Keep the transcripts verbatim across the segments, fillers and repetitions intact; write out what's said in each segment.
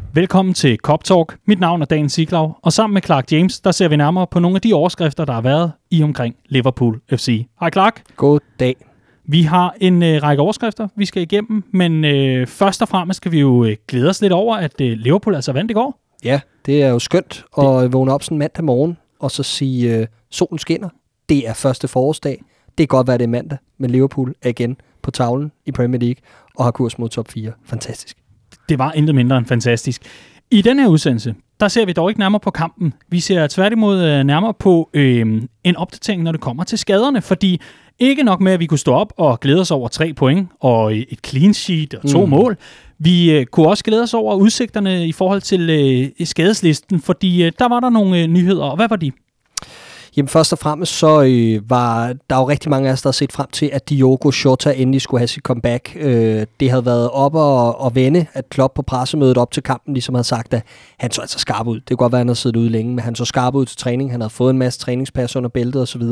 Velkommen til Cop Talk. Mit navn er Dan Siglau, og sammen med Clark James, der ser vi nærmere på nogle af de overskrifter, der har været i omkring Liverpool F C. Hej Clark. God dag. Vi har en øh, række overskrifter, vi skal igennem, men øh, først og fremmest skal vi jo øh, glæde os lidt over, at øh, Liverpool altså vandt i går. Ja, det er jo skønt at vågne op sådan mandag morgen, og så sige, øh, solen skinner. Det er første forårsdag. Det kan godt være, det er mandag, men Liverpool er igen på tavlen i Premier League og har kurs mod top fire. Fantastisk. Det var intet mindre end fantastisk. I denne her udsendelse, der ser vi dog ikke nærmere på kampen. Vi ser tværtimod nærmere på øh, en opdatering, når det kommer til skaderne, fordi ikke nok med, at vi kunne stå op og glæde os over tre point og et clean sheet og to mm. mål. Vi øh, kunne også glæde os over udsigterne i forhold til øh, skadeslisten, fordi øh, der var der nogle øh, nyheder, og hvad var de? Jamen først og fremmest så øh, var der jo rigtig mange af os, der har set frem til, at Diogo Jota endelig skulle have sit comeback. Øh, det havde været op og, og vende, at Klopp på pressemødet op til kampen ligesom havde sagt, at han så altså skarp ud. Det kunne godt være, at han havde siddet ude længe, men han så skarp ud til træning. Han havde fået en masse træningspas under bæltet osv.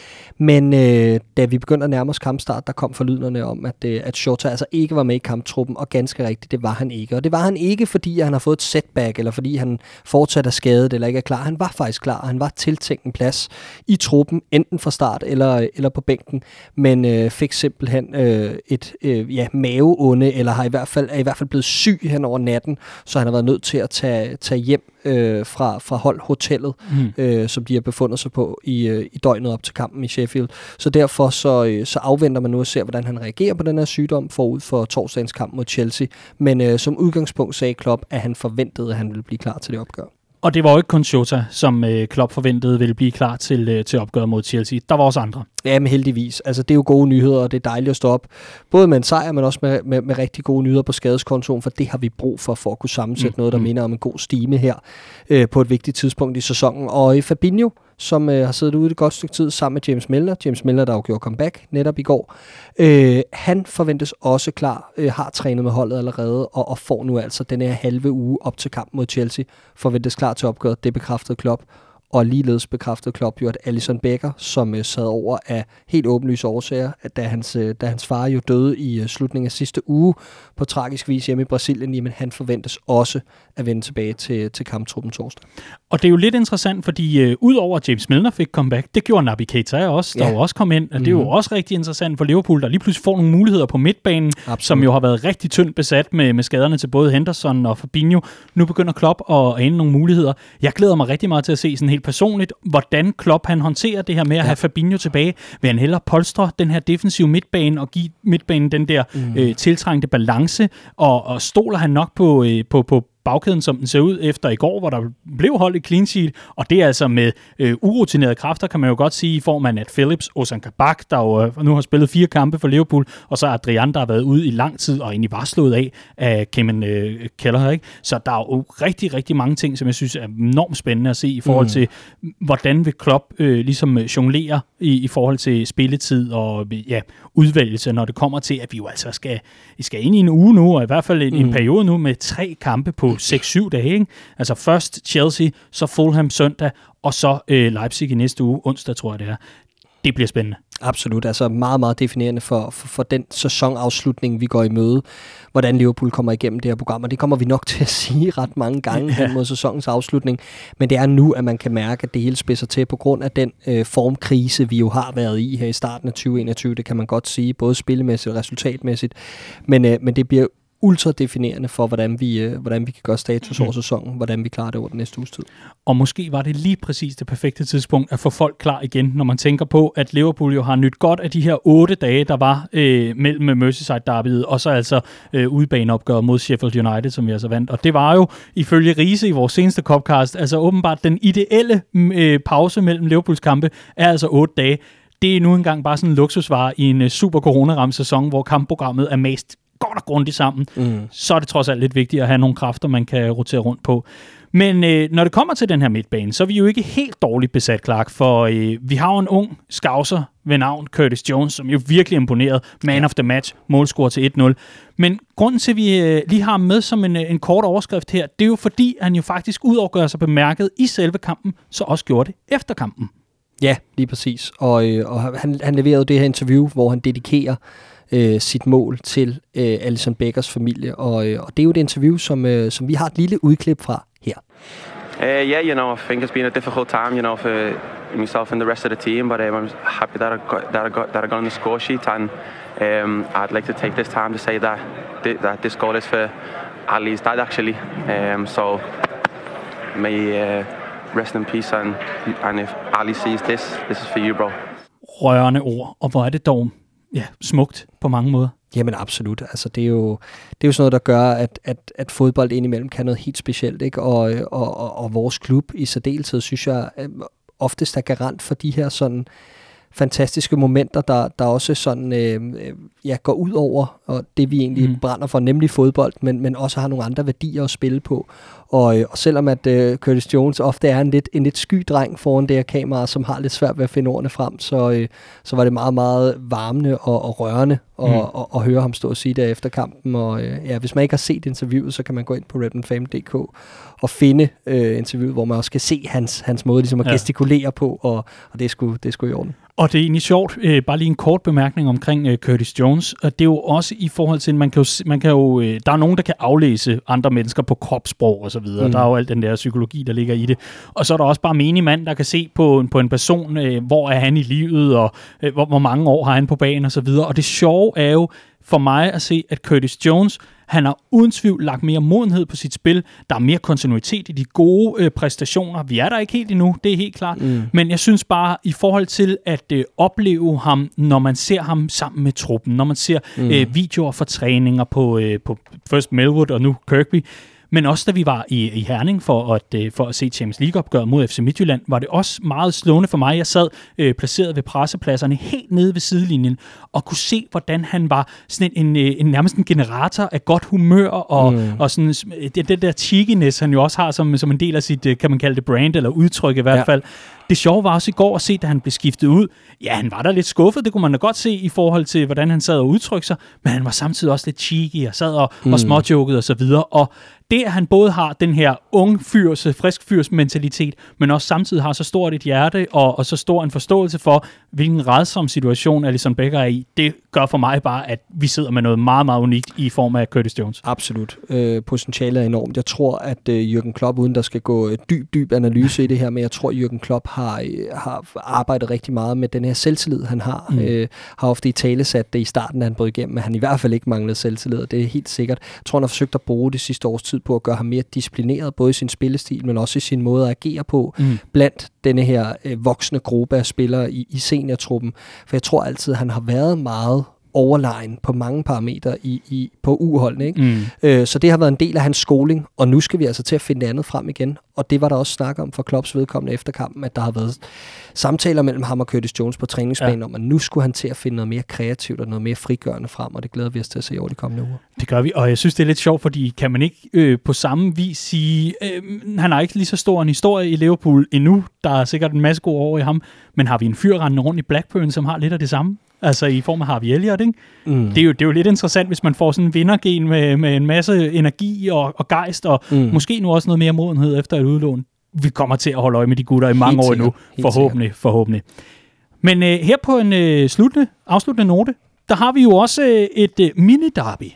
Men øh, da vi begyndte at nærme os kampstart, der kom forlydenderne om, at, øh, at Jota altså ikke var med i kamptruppen, og ganske rigtigt, det var han ikke. Og det var han ikke, fordi han har fået et setback, eller fordi han fortsat er skadet, eller ikke er klar. Han var faktisk klar, og han var tiltænkt en plads i truppen, enten fra start eller, eller på bænken, men øh, fik simpelthen øh, et øh, ja, maveonde, eller har i hvert fald, er i hvert fald blevet syg hen over natten, så han har været nødt til at tage, tage hjem øh, fra, fra holdhotellet, mm. øh, som de har befundet sig på i, øh, i døgnet op til kampen i Sheffield. Så derfor så, øh, så afventer man nu at se, hvordan han reagerer på den her sygdom forud for torsdagens kamp mod Chelsea. Men øh, som udgangspunkt sagde Klopp, at han forventede, at han ville blive klar til det opgør. Og det var jo ikke kun Jota, som øh, Klopp forventede ville blive klar til, øh, til opgøret mod Chelsea. Der var også andre. Ja, men heldigvis. Altså, det er jo gode nyheder, og det er dejligt at stå op. Både med en sejr, men også med, med, med rigtig gode nyheder på skadeskontoen, for det har vi brug for, for at kunne sammensætte mm. noget, der mm. minder om en god stime her øh, på et vigtigt tidspunkt i sæsonen. Og i Fabinho, som øh, har siddet ude et godt stykke tid sammen med James Milner. James Milner, der jo gjorde comeback netop i går. Øh, han forventes også klar, øh, har trænet med holdet allerede, og, og får nu altså den her halve uge op til kamp mod Chelsea. Forventes klar til opgøret. Det bekræftede Klopp. Og ligeledes bekræftede Klopp jo, at Alisson Becker, som øh, sad over af helt åbenlyse årsager, at da hans, øh, da hans far jo døde i øh, slutningen af sidste uge på tragisk vis hjemme i Brasilien, jamen han forventes også at vende tilbage til, til kamptruppen torsdag. Og det er jo lidt interessant, fordi øh, udover at James Milner fik comeback, det gjorde Naby Keita også, der ja. jo også kom ind, og det er jo mm-hmm. også rigtig interessant for Liverpool, der lige pludselig får nogle muligheder på midtbanen, Absolut. som jo har været rigtig tyndt besat med, med skaderne til både Henderson og Fabinho. Nu begynder Klopp at ende nogle muligheder. Jeg glæder mig rigtig meget til at se sådan helt personligt, hvordan Klopp han håndterer det her med at ja. have Fabinho tilbage. Vil han hellere polstre den her defensive midtbane og give midtbanen den der mm. øh, tiltrængte balance, og, og stoler han nok på, øh, på, på bagkæden, som den ser ud efter i går, hvor der blev holdt et clean sheet, og det er altså med øh, urutinerede kræfter, kan man jo godt sige, i form af Nat Phillips, Ozan Kabak, der jo øh, nu har spillet fire kampe for Liverpool, og så Adrian, der har været ude i lang tid, og egentlig var slået af af Kevin øh, Keller, ikke? Så der er jo rigtig, rigtig mange ting, som jeg synes er enormt spændende at se i forhold til, mm. hvordan vil Klopp øh, ligesom jonglere i, i forhold til spilletid og ja, udvælgelse, når det kommer til, at vi jo altså skal, vi skal ind i en uge nu, og i hvert fald en, mm. en periode nu med tre kampe på seks syv dage, ikke? Altså først Chelsea, så Fulham søndag, og så øh, Leipzig i næste uge, onsdag tror jeg det er. Det bliver spændende. Absolut, altså meget, meget definerende for, for, for den sæsonafslutning, vi går i møde, hvordan Liverpool kommer igennem det her program, og det kommer vi nok til at sige ret mange gange ja. mod sæsonens afslutning, men det er nu, at man kan mærke, at det hele spidser til på grund af den øh, formkrise, vi jo har været i her i starten af tyve enogtyve, det kan man godt sige, både spillemæssigt og resultatmæssigt, men, øh, men det bliver ultra definerende for, hvordan vi, øh, hvordan vi kan gøre status over sæsonen, hvordan vi klarer det over den næste uges tid. Og måske var det lige præcis det perfekte tidspunkt at få folk klar igen, når man tænker på, at Liverpool jo har nyt godt af de her otte dage, der var øh, mellem Merseyside-derbyet, og så altså øh, udebaneopgøret mod Sheffield United, som vi altså vandt. Og det var jo, ifølge Riese i vores seneste Copcast, altså åbenbart den ideelle øh, pause mellem Liverpools kampe er altså otte dage. Det er nu engang bare sådan en luksusvare i en øh, super corona-ramt sæson, hvor kampprogrammet er mest godt og grundigt sammen, mm. så er det trods alt lidt vigtigt at have nogle kræfter, man kan rotere rundt på. Men øh, når det kommer til den her midtbane, så er vi jo ikke helt dårligt besat, Clark, for øh, vi har jo en ung skauser ved navn Curtis Jones, som jo virkelig imponeret. Man ja. of the match, målscore til et nul. Men grunden til, at vi øh, lige har ham med som en, en kort overskrift her, det er jo fordi, han jo faktisk udover at gøre sig bemærket i selve kampen, så også gjorde det efter kampen. Ja, lige præcis. Og, øh, og han, han leverede det her interview, hvor han dedikerer øh, sit mål til øh, Alisson Beckers familie. Og, øh, og det er jo et interview, som, øh, som vi har et lille udklip fra her. Uh, yeah, you know, I think it's been a difficult time, you know, for myself and the rest of the team, but um, I'm happy that I got that I got that I got on the score sheet, and um, I'd like to take this time to say that th- that this goal is for Ali's dad, actually. Um, so may uh, rest in peace, and and if Ali sees this, this is for you, bro. Rørende ord, og hvor er det dog ja, smukt på mange måder. Jamen absolut. Altså, det er jo, det er jo sådan noget, der gør, at, at, at fodbold indimellem kan noget helt specielt, ikke? Og, og, og, og vores klub i særdeleshed, synes jeg, oftest er garant for de her sådan fantastiske momenter, der, der også sådan, øh, ja, går ud over og det, vi egentlig mm. brænder for, nemlig fodbold, men, men også har nogle andre værdier at spille på. Og, og selvom at øh, Curtis Jones ofte er en lidt, en lidt sky dreng foran det her kamera, som har lidt svært ved at finde ordene frem, så, øh, så var det meget, meget varmende og, og rørende at mm. og, og høre ham stå og sige det efter kampen. Og øh, ja, hvis man ikke har set interviewet, så kan man gå ind på redman fam punktum d k og finde øh, interviewet, hvor man også kan se hans, hans måde ligesom at ja. gestikulere på, og, og det er sgu, det er sgu i orden. Og det er egentlig sjovt, øh, bare lige en kort bemærkning omkring øh, Curtis Jones, og det er jo også i forhold til, man kan jo, man kan jo øh, der er nogen, der kan aflæse andre mennesker på kropssprog og så videre. Mm. Der er jo alt den der psykologi, der ligger i det. Og så er der også bare menig mand, der kan se på, på en person, øh, hvor er han i livet, og øh, hvor, hvor mange år har han på banen og så videre. Og det sjove er jo for mig at se, at Curtis Jones, han har uden tvivl lagt mere modenhed på sit spil. Der er mere kontinuitet i de gode øh, præstationer. Vi er der ikke helt endnu, det er helt klart. Mm. Men jeg synes bare, i forhold til at øh, opleve ham, når man ser ham sammen med truppen, når man ser mm. øh, videoer fra træninger på, øh, på først Melwood og nu Kirkby, men også da vi var i, i Herning for at, for at se Champions League-opgøret mod F C Midtjylland, var det også meget slående for mig. Jeg sad øh, placeret ved pressepladserne helt nede ved sidelinjen og kunne se, hvordan han var sådan en, en, en nærmest en generator af godt humør og, mm. og sådan det, det der cheekiness, han jo også har som, som en del af sit, kan man kalde det brand eller udtryk i hvert ja. fald. Det sjove var også i går at se, da han blev skiftet ud. Ja, han var da lidt skuffet, det kunne man da godt se i forhold til, hvordan han sad og udtrykte sig, men han var samtidig også lidt cheeky og sad og, mm. og småjokede og så videre. Og det, at han både har den her ung fyrs, frisk fyrs mentalitet, men også samtidig har så stort et hjerte og, og så stor en forståelse for, hvilken rædsom situation Alisson Becker er i, det gør for mig bare, at vi sidder med noget meget, meget unikt i form af Curtis Jones. Absolut. Øh, potentialet er enormt. Jeg tror, at øh, Jürgen Klopp, uden der skal gå dyb, dyb analyse i det her, men jeg tror, at Jürgen Klopp har, øh, har arbejdet rigtig meget med den her selvtillid, han har. Mm. Øh, har ofte i tale sat det i starten, da han brød igennem, men han i hvert fald ikke manglede selvtillid, og det er helt sikkert. Jeg tror, han har forsøgt at bruge det sidste års tid på at gøre ham mere disciplineret, både i sin spillestil, men også i sin måde at agere på, mm. blandt denne her øh, voksne gruppe af spillere i, i seniortruppen. For jeg tror altid, at han har været meget overlegen på mange parametre i, i, på U-holdene. Ikke? Mm. Øh, så det har været en del af hans skoling, og nu skal vi altså til at finde det andet frem igen. Og det var der også snak om for Klopps vedkommende efter kampen, at der har været samtaler mellem ham og Curtis Jones på træningsbanen, ja. om at nu skulle han til at finde noget mere kreativt og noget mere frigørende frem, og det glæder vi os til at se over de kommende uger. Det gør vi, og jeg synes, det er lidt sjovt, fordi kan man ikke øh, på samme vis sige, øh, han har ikke lige så stor en historie i Liverpool endnu, der er sikkert en masse gode år i ham, men har vi en fyr rendende rundt i Blackburn, som har lidt af det samme? Altså i form af Harvey Elliott, ikke? Mm. Det, er jo, det er jo lidt interessant, hvis man får sådan en vindergen med, med en masse energi og, og gejst, og mm. måske nu også noget mere modenhed efter et udlån. Vi kommer til at holde øje med de gutter i mange helt år endnu. Forhåbentlig, sikkert. forhåbentlig. Men øh, her på en øh, sluttende, afsluttende note, der har vi jo også øh, et øh, mini-derby.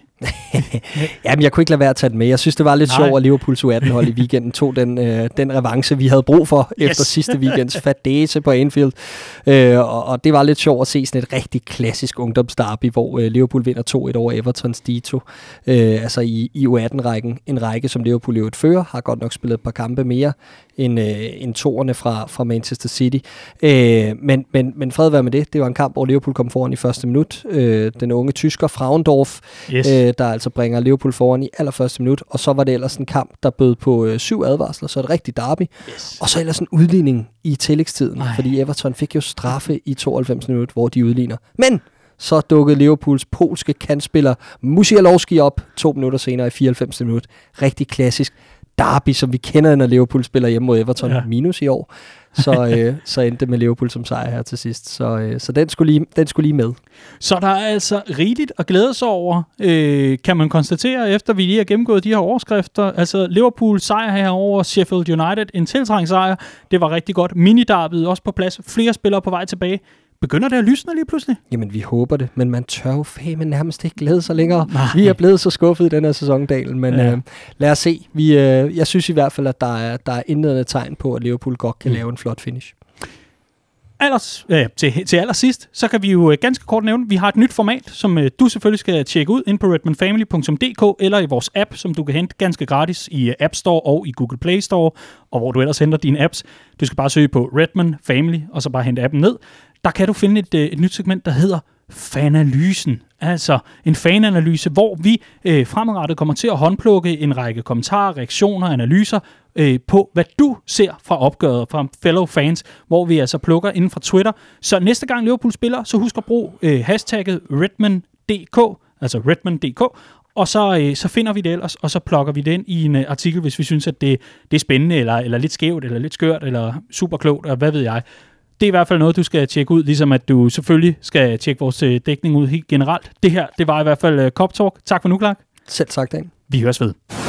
Jamen, jeg kunne ikke lade være at tage den med. Jeg synes, det var lidt sjovt, at Liverpools U atten-hold i weekenden tog den, øh, den revanche, vi havde brug for yes. efter sidste weekends fadæse på Anfield. Øh, og, og det var lidt sjovt at se sådan et rigtig klassisk ungdomsderby, hvor øh, Liverpool vinder to et over Evertons Dito. Øh, altså i, i U atten-rækken. En række, som Liverpool jo et fører, har godt nok spillet et par kampe mere end, øh, end toerne fra, fra Manchester City. Øh, men, men, men fred være med det. Det var en kamp, hvor Liverpool kom foran i første minut. Øh, den unge tysker Frauendorf, yes. øh, der altså bringer Liverpool foran i allerførste minut, og så var det ellers en kamp, der bød på øh, syv advarsler, så et rigtigt derby, yes. og så ellers en udligning i tillægstiden, Ej. fordi Everton fik jo straffe i tooghalvfems minut, hvor de udligner. Men så dukkede Liverpools polske kantspiller Musialowski op to minutter senere i fireoghalvfems minut. Rigtig klassisk derby, som vi kender, når Liverpool spiller hjemme mod Everton, ja. minus i år. Så, øh, så endte det med Liverpool som sejr her til sidst. Så, øh, så den, skulle lige, den skulle lige med. Så der er altså rigeligt at glæde sig over, øh, kan man konstatere, efter vi lige har gennemgået de her overskrifter. Altså Liverpool sejr her over Sheffield United, en tiltrængt sejr. Det var rigtig godt. Mini-derbyet også på plads. Flere spillere på vej tilbage. Begynder det at lysne lige pludselig? Jamen, vi håber det, men man tør jo fandme nærmest ikke glæde sig længere. Nej. Vi er blevet så skuffet i den her sæsondal, men ja. øh, lad os se. Vi, øh, jeg synes i hvert fald, at der er, der er indledende tegn på, at Liverpool godt kan mm. lave en flot finish. Allers, øh, til, til allersidst, så kan vi jo øh, ganske kort nævne, vi har et nyt format, som øh, du selvfølgelig skal tjekke ud ind på redmanfamily punktum d k eller i vores app, som du kan hente ganske gratis i uh, App Store og i Google Play Store, og hvor du ellers henter dine apps. Du skal bare søge på Redman Family, og så bare hente appen ned. Der kan du finde et, øh, et nyt segment, der hedder Fanalysen. Altså en fananalyse, hvor vi øh, fremadrettet kommer til at håndplukke en række kommentarer, reaktioner, analyser øh, på, hvad du ser fra opgøret fra fellow fans, hvor vi altså plukker inden fra Twitter. Så næste gang Liverpool spiller, så husk at bruge øh, hashtagget Redman punktum d k, altså Redman punktum d k, og så, øh, så finder vi det ellers, og så plukker vi det ind i en øh, artikel, hvis vi synes, at det, det er spændende, eller, eller lidt skævt, eller lidt skørt, eller super klogt, og hvad ved jeg. Det er i hvert fald noget, du skal tjekke ud, ligesom at du selvfølgelig skal tjekke vores dækning ud helt generelt. Det her, det var i hvert fald Cop Talk. Tak for nu, Clark. Selv tak, Dan. Vi høres ved.